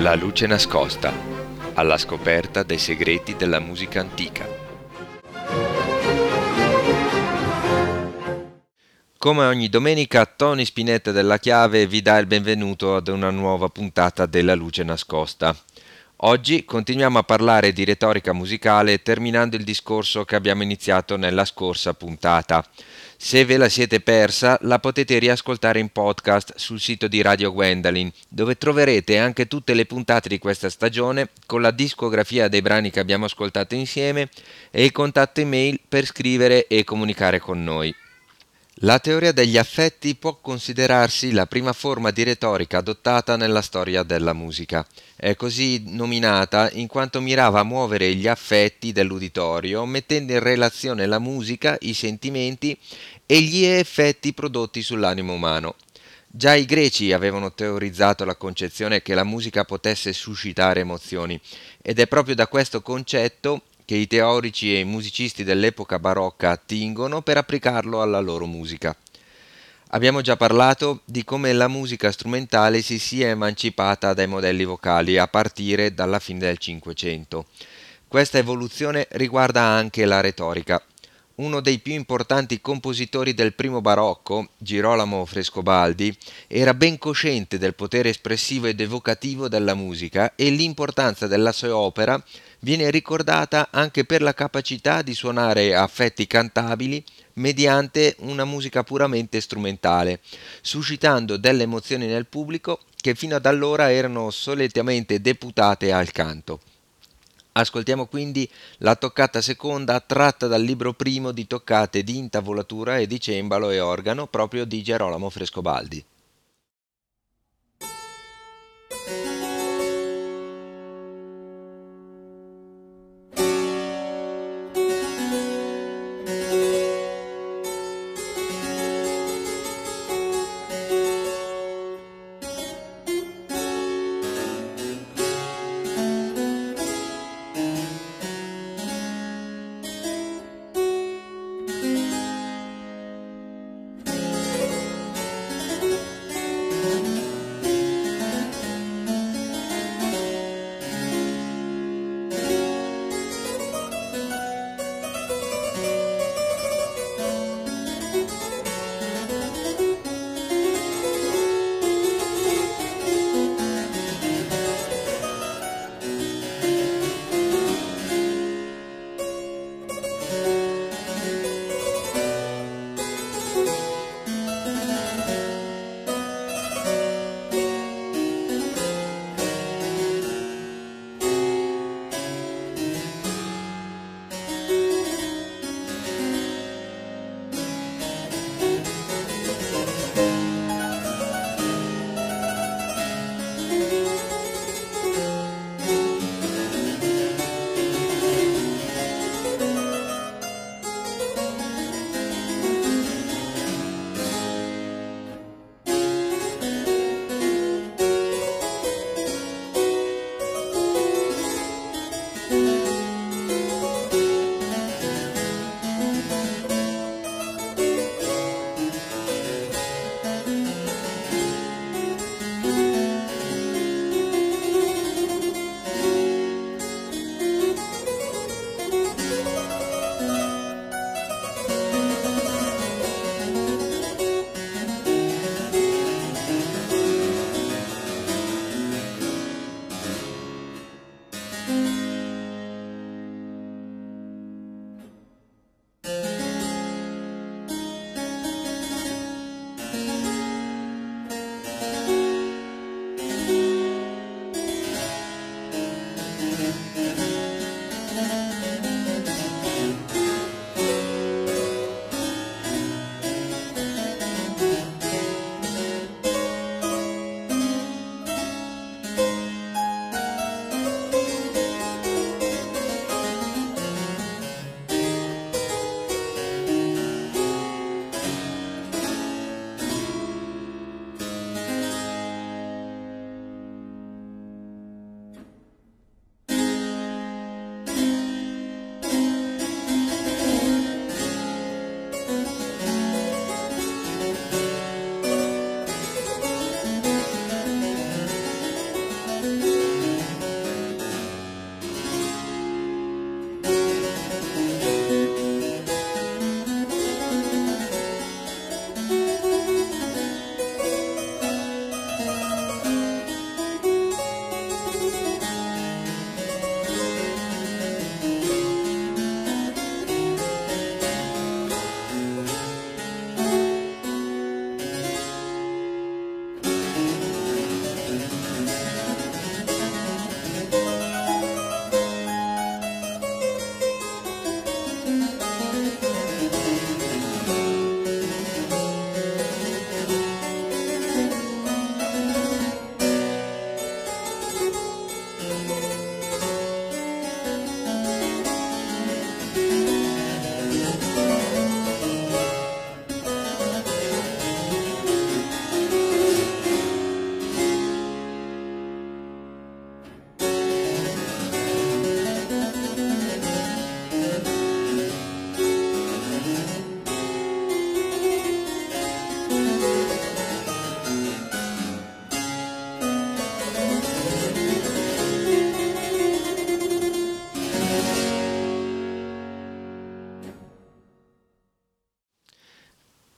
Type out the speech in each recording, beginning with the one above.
La luce nascosta, alla scoperta dei segreti della musica antica. Come ogni domenica, Tony Spinetta della Chiave vi dà il benvenuto ad una nuova puntata della luce nascosta. Oggi continuiamo a parlare di retorica musicale terminando il discorso che abbiamo iniziato nella scorsa puntata. Se ve la siete persa, la potete riascoltare in podcast sul sito di Radio Gwendolyn, dove troverete anche tutte le puntate di questa stagione con la discografia dei brani che abbiamo ascoltato insieme e il contatto email per scrivere e comunicare con noi. La teoria degli affetti può considerarsi la prima forma di retorica adottata nella storia della musica. È così nominata in quanto mirava a muovere gli affetti dell'uditorio, mettendo in relazione la musica, i sentimenti e gli effetti prodotti sull'animo umano. Già i greci avevano teorizzato la concezione che la musica potesse suscitare emozioni, ed è proprio da questo concetto che i teorici e i musicisti dell'epoca barocca attingono per applicarlo alla loro musica. Abbiamo già parlato di come la musica strumentale si sia emancipata dai modelli vocali a partire dalla fine del Cinquecento. Questa evoluzione riguarda anche la retorica. Uno dei più importanti compositori del primo barocco, Girolamo Frescobaldi, era ben cosciente del potere espressivo ed evocativo della musica e l'importanza della sua opera viene ricordata anche per la capacità di suonare affetti cantabili mediante una musica puramente strumentale, suscitando delle emozioni nel pubblico che fino ad allora erano solitamente deputate al canto. Ascoltiamo quindi la toccata seconda tratta dal libro primo di toccate di intavolatura e di cembalo e organo proprio di Gerolamo Frescobaldi.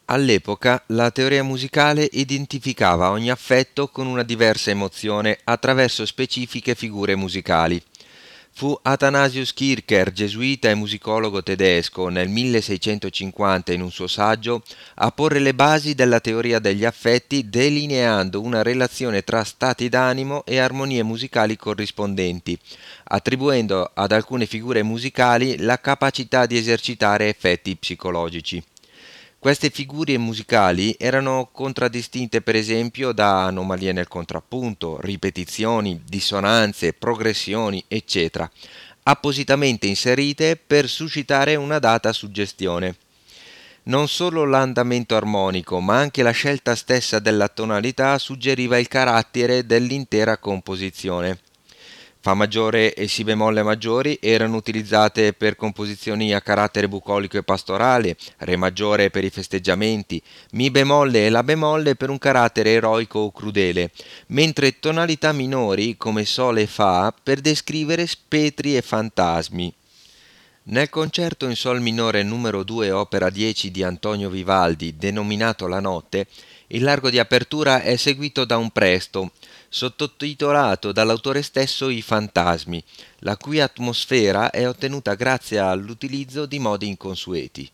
All'epoca la teoria musicale identificava ogni affetto con una diversa emozione attraverso specifiche figure musicali. Fu Athanasius Kircher, gesuita e musicologo tedesco, nel 1650 in un suo saggio a porre le basi della teoria degli affetti delineando una relazione tra stati d'animo e armonie musicali corrispondenti, attribuendo ad alcune figure musicali la capacità di esercitare effetti psicologici. Queste figure musicali erano contraddistinte per esempio da anomalie nel contrappunto, ripetizioni, dissonanze, progressioni, eccetera, appositamente inserite per suscitare una data suggestione. Non solo l'andamento armonico, ma anche la scelta stessa della tonalità suggeriva il carattere dell'intera composizione. Fa maggiore e Si bemolle maggiori erano utilizzate per composizioni a carattere bucolico e pastorale, Re maggiore per i festeggiamenti, Mi bemolle e La bemolle per un carattere eroico o crudele, mentre tonalità minori come Sol e Fa per descrivere spettri e fantasmi. Nel concerto in Sol minore numero 2 opera 10 di Antonio Vivaldi, denominato La notte, il largo di apertura è seguito da un presto, sottotitolato dall'autore stesso I fantasmi, la cui atmosfera è ottenuta grazie all'utilizzo di modi inconsueti.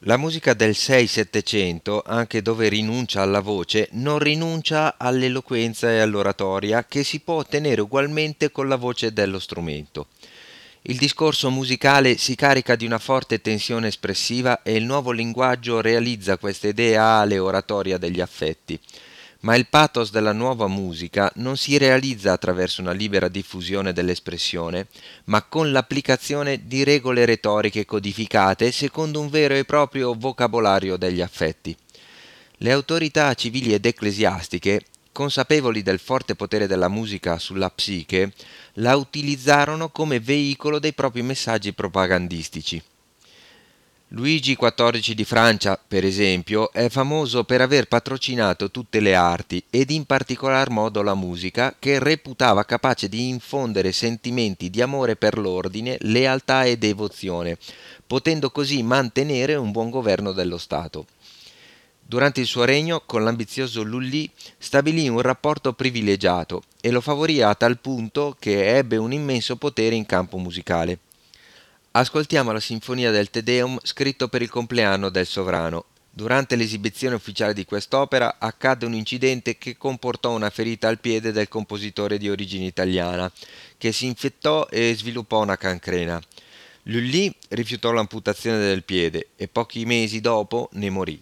La musica del 6-700, anche dove rinuncia alla voce, non rinuncia all'eloquenza e all'oratoria che si può ottenere ugualmente con la voce dello strumento. Il discorso musicale si carica di una forte tensione espressiva e il nuovo linguaggio realizza questa ideale oratoria degli affetti. Ma il pathos della nuova musica non si realizza attraverso una libera diffusione dell'espressione, ma con l'applicazione di regole retoriche codificate secondo un vero e proprio vocabolario degli affetti. Le autorità civili ed ecclesiastiche, consapevoli del forte potere della musica sulla psiche, la utilizzarono come veicolo dei propri messaggi propagandistici. Luigi XIV di Francia, per esempio, è famoso per aver patrocinato tutte le arti ed in particolar modo la musica, che reputava capace di infondere sentimenti di amore per l'ordine, lealtà e devozione, potendo così mantenere un buon governo dello Stato. Durante il suo regno, con l'ambizioso Lully, stabilì un rapporto privilegiato e lo favorì a tal punto che ebbe un immenso potere in campo musicale. Ascoltiamo la sinfonia del Te Deum scritto per il compleanno del sovrano. Durante l'esibizione ufficiale di quest'opera accadde un incidente che comportò una ferita al piede del compositore di origine italiana, che si infettò e sviluppò una cancrena. Lully rifiutò l'amputazione del piede e pochi mesi dopo ne morì.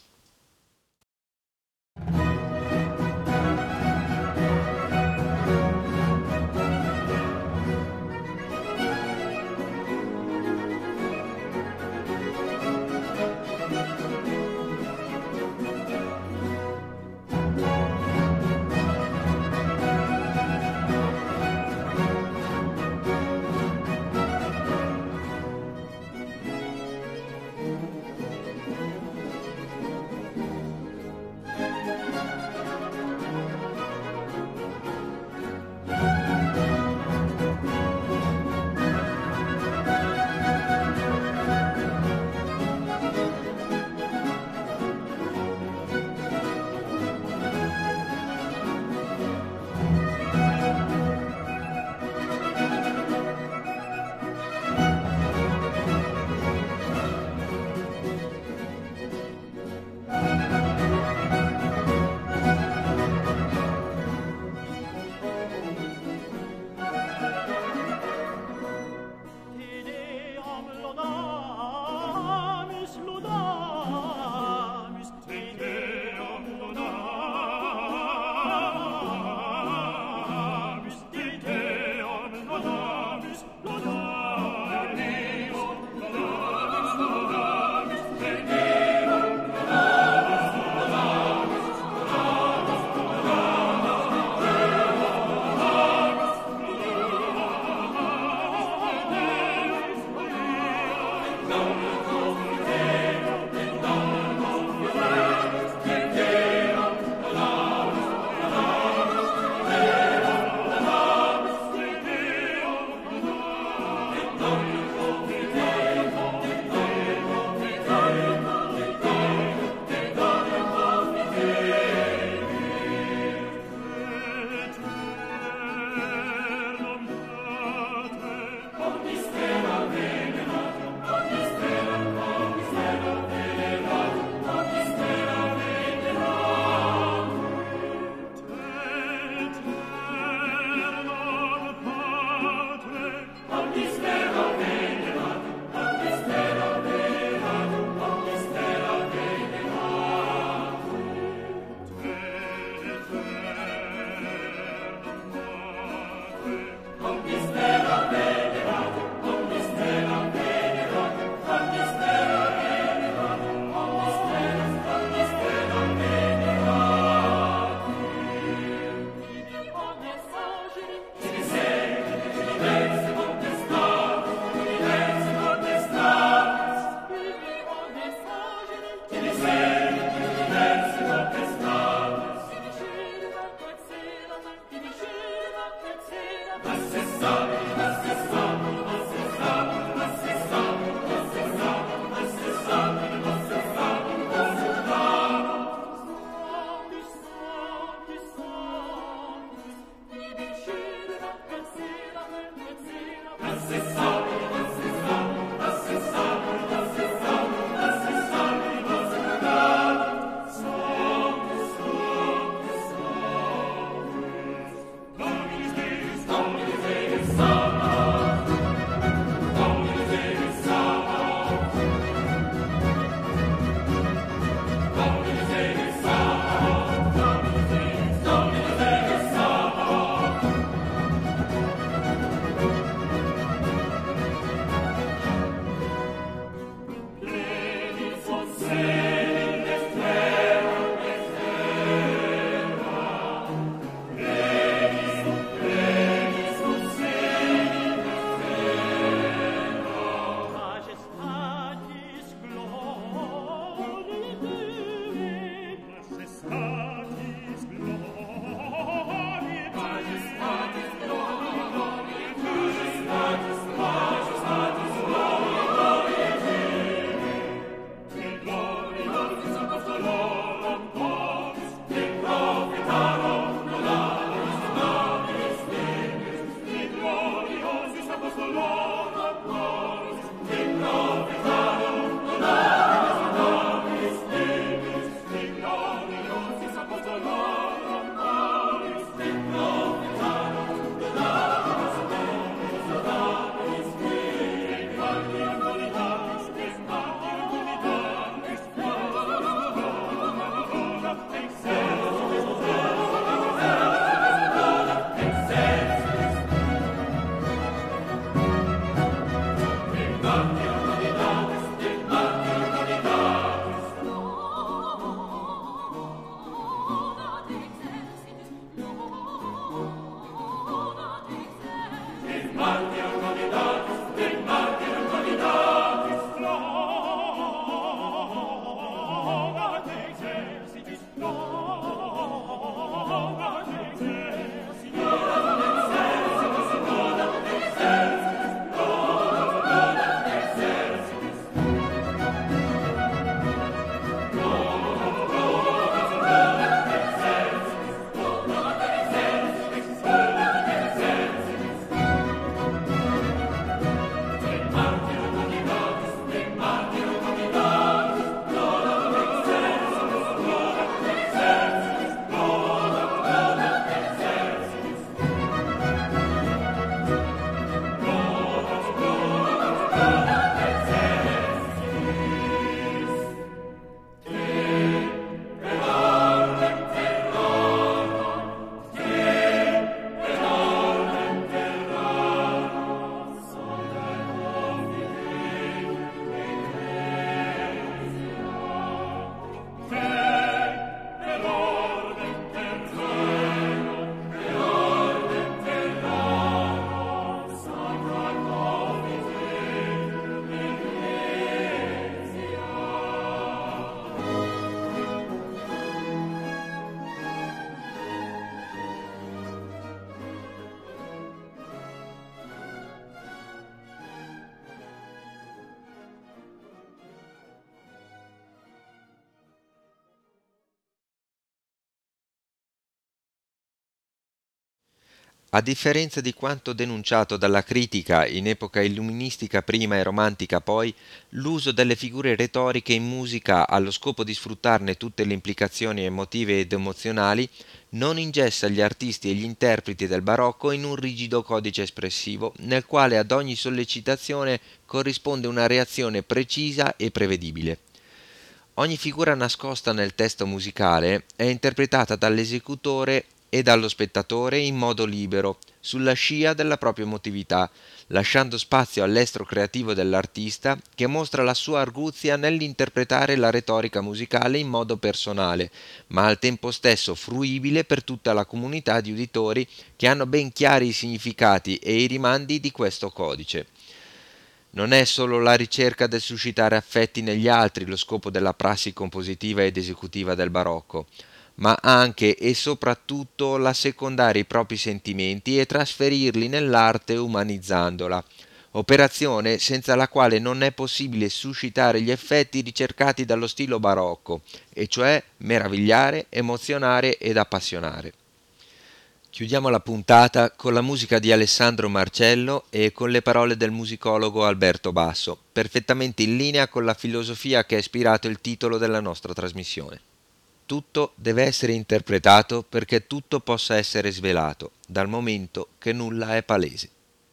A differenza di quanto denunciato dalla critica in epoca illuministica prima e romantica poi, l'uso delle figure retoriche in musica allo scopo di sfruttarne tutte le implicazioni emotive ed emozionali non ingessa gli artisti e gli interpreti del barocco in un rigido codice espressivo nel quale ad ogni sollecitazione corrisponde una reazione precisa e prevedibile. Ogni figura nascosta nel testo musicale è interpretata dall'esecutore e dallo spettatore in modo libero, sulla scia della propria emotività, lasciando spazio all'estro creativo dell'artista che mostra la sua arguzia nell'interpretare la retorica musicale in modo personale, ma al tempo stesso fruibile per tutta la comunità di uditori che hanno ben chiari i significati e i rimandi di questo codice. Non è solo la ricerca del suscitare affetti negli altri lo scopo della prassi compositiva ed esecutiva del barocco, ma anche e soprattutto l'assecondare i propri sentimenti e trasferirli nell'arte umanizzandola, operazione senza la quale non è possibile suscitare gli effetti ricercati dallo stile barocco, e cioè meravigliare, emozionare ed appassionare. Chiudiamo la puntata con la musica di Alessandro Marcello e con le parole del musicologo Alberto Basso, perfettamente in linea con la filosofia che ha ispirato il titolo della nostra trasmissione. Tutto deve essere interpretato perché tutto possa essere svelato, dal momento che nulla è palese.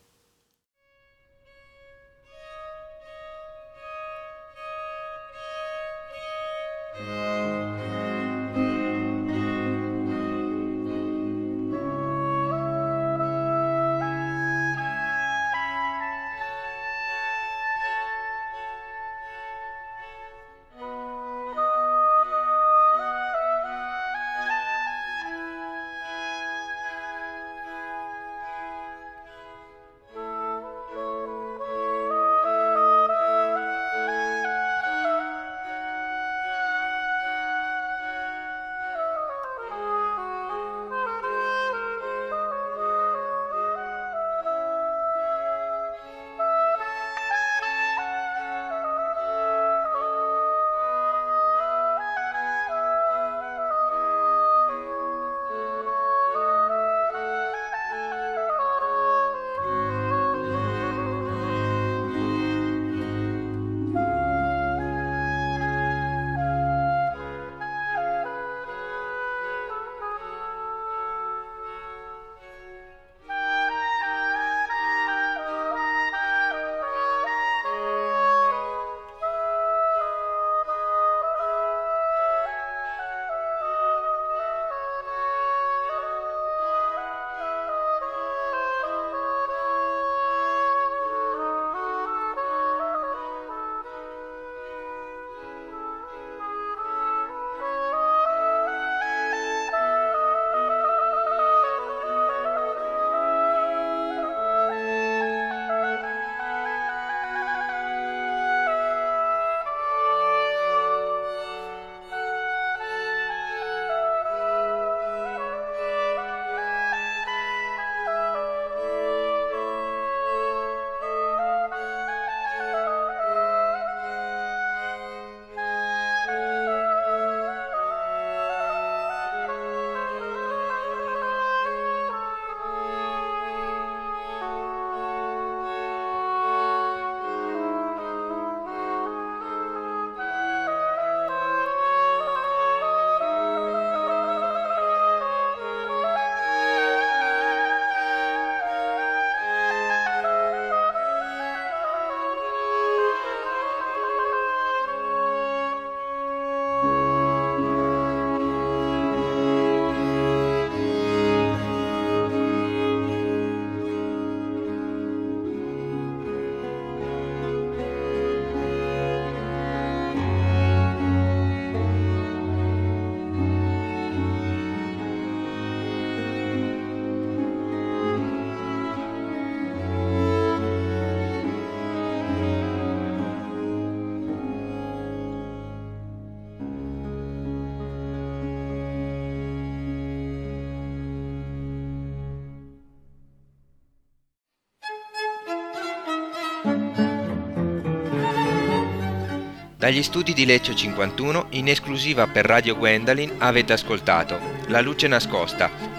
Dagli studi di Lecce 51, in esclusiva per Radio Gwendalin, avete ascoltato La luce nascosta,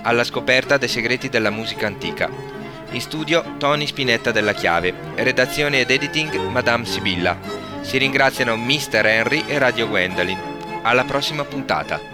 alla scoperta dei segreti della musica antica. In studio Tony Spinetta della Chiave, redazione ed editing Madame Sibilla. Si ringraziano Mr. Henry e Radio Gwendolyn. Alla prossima puntata.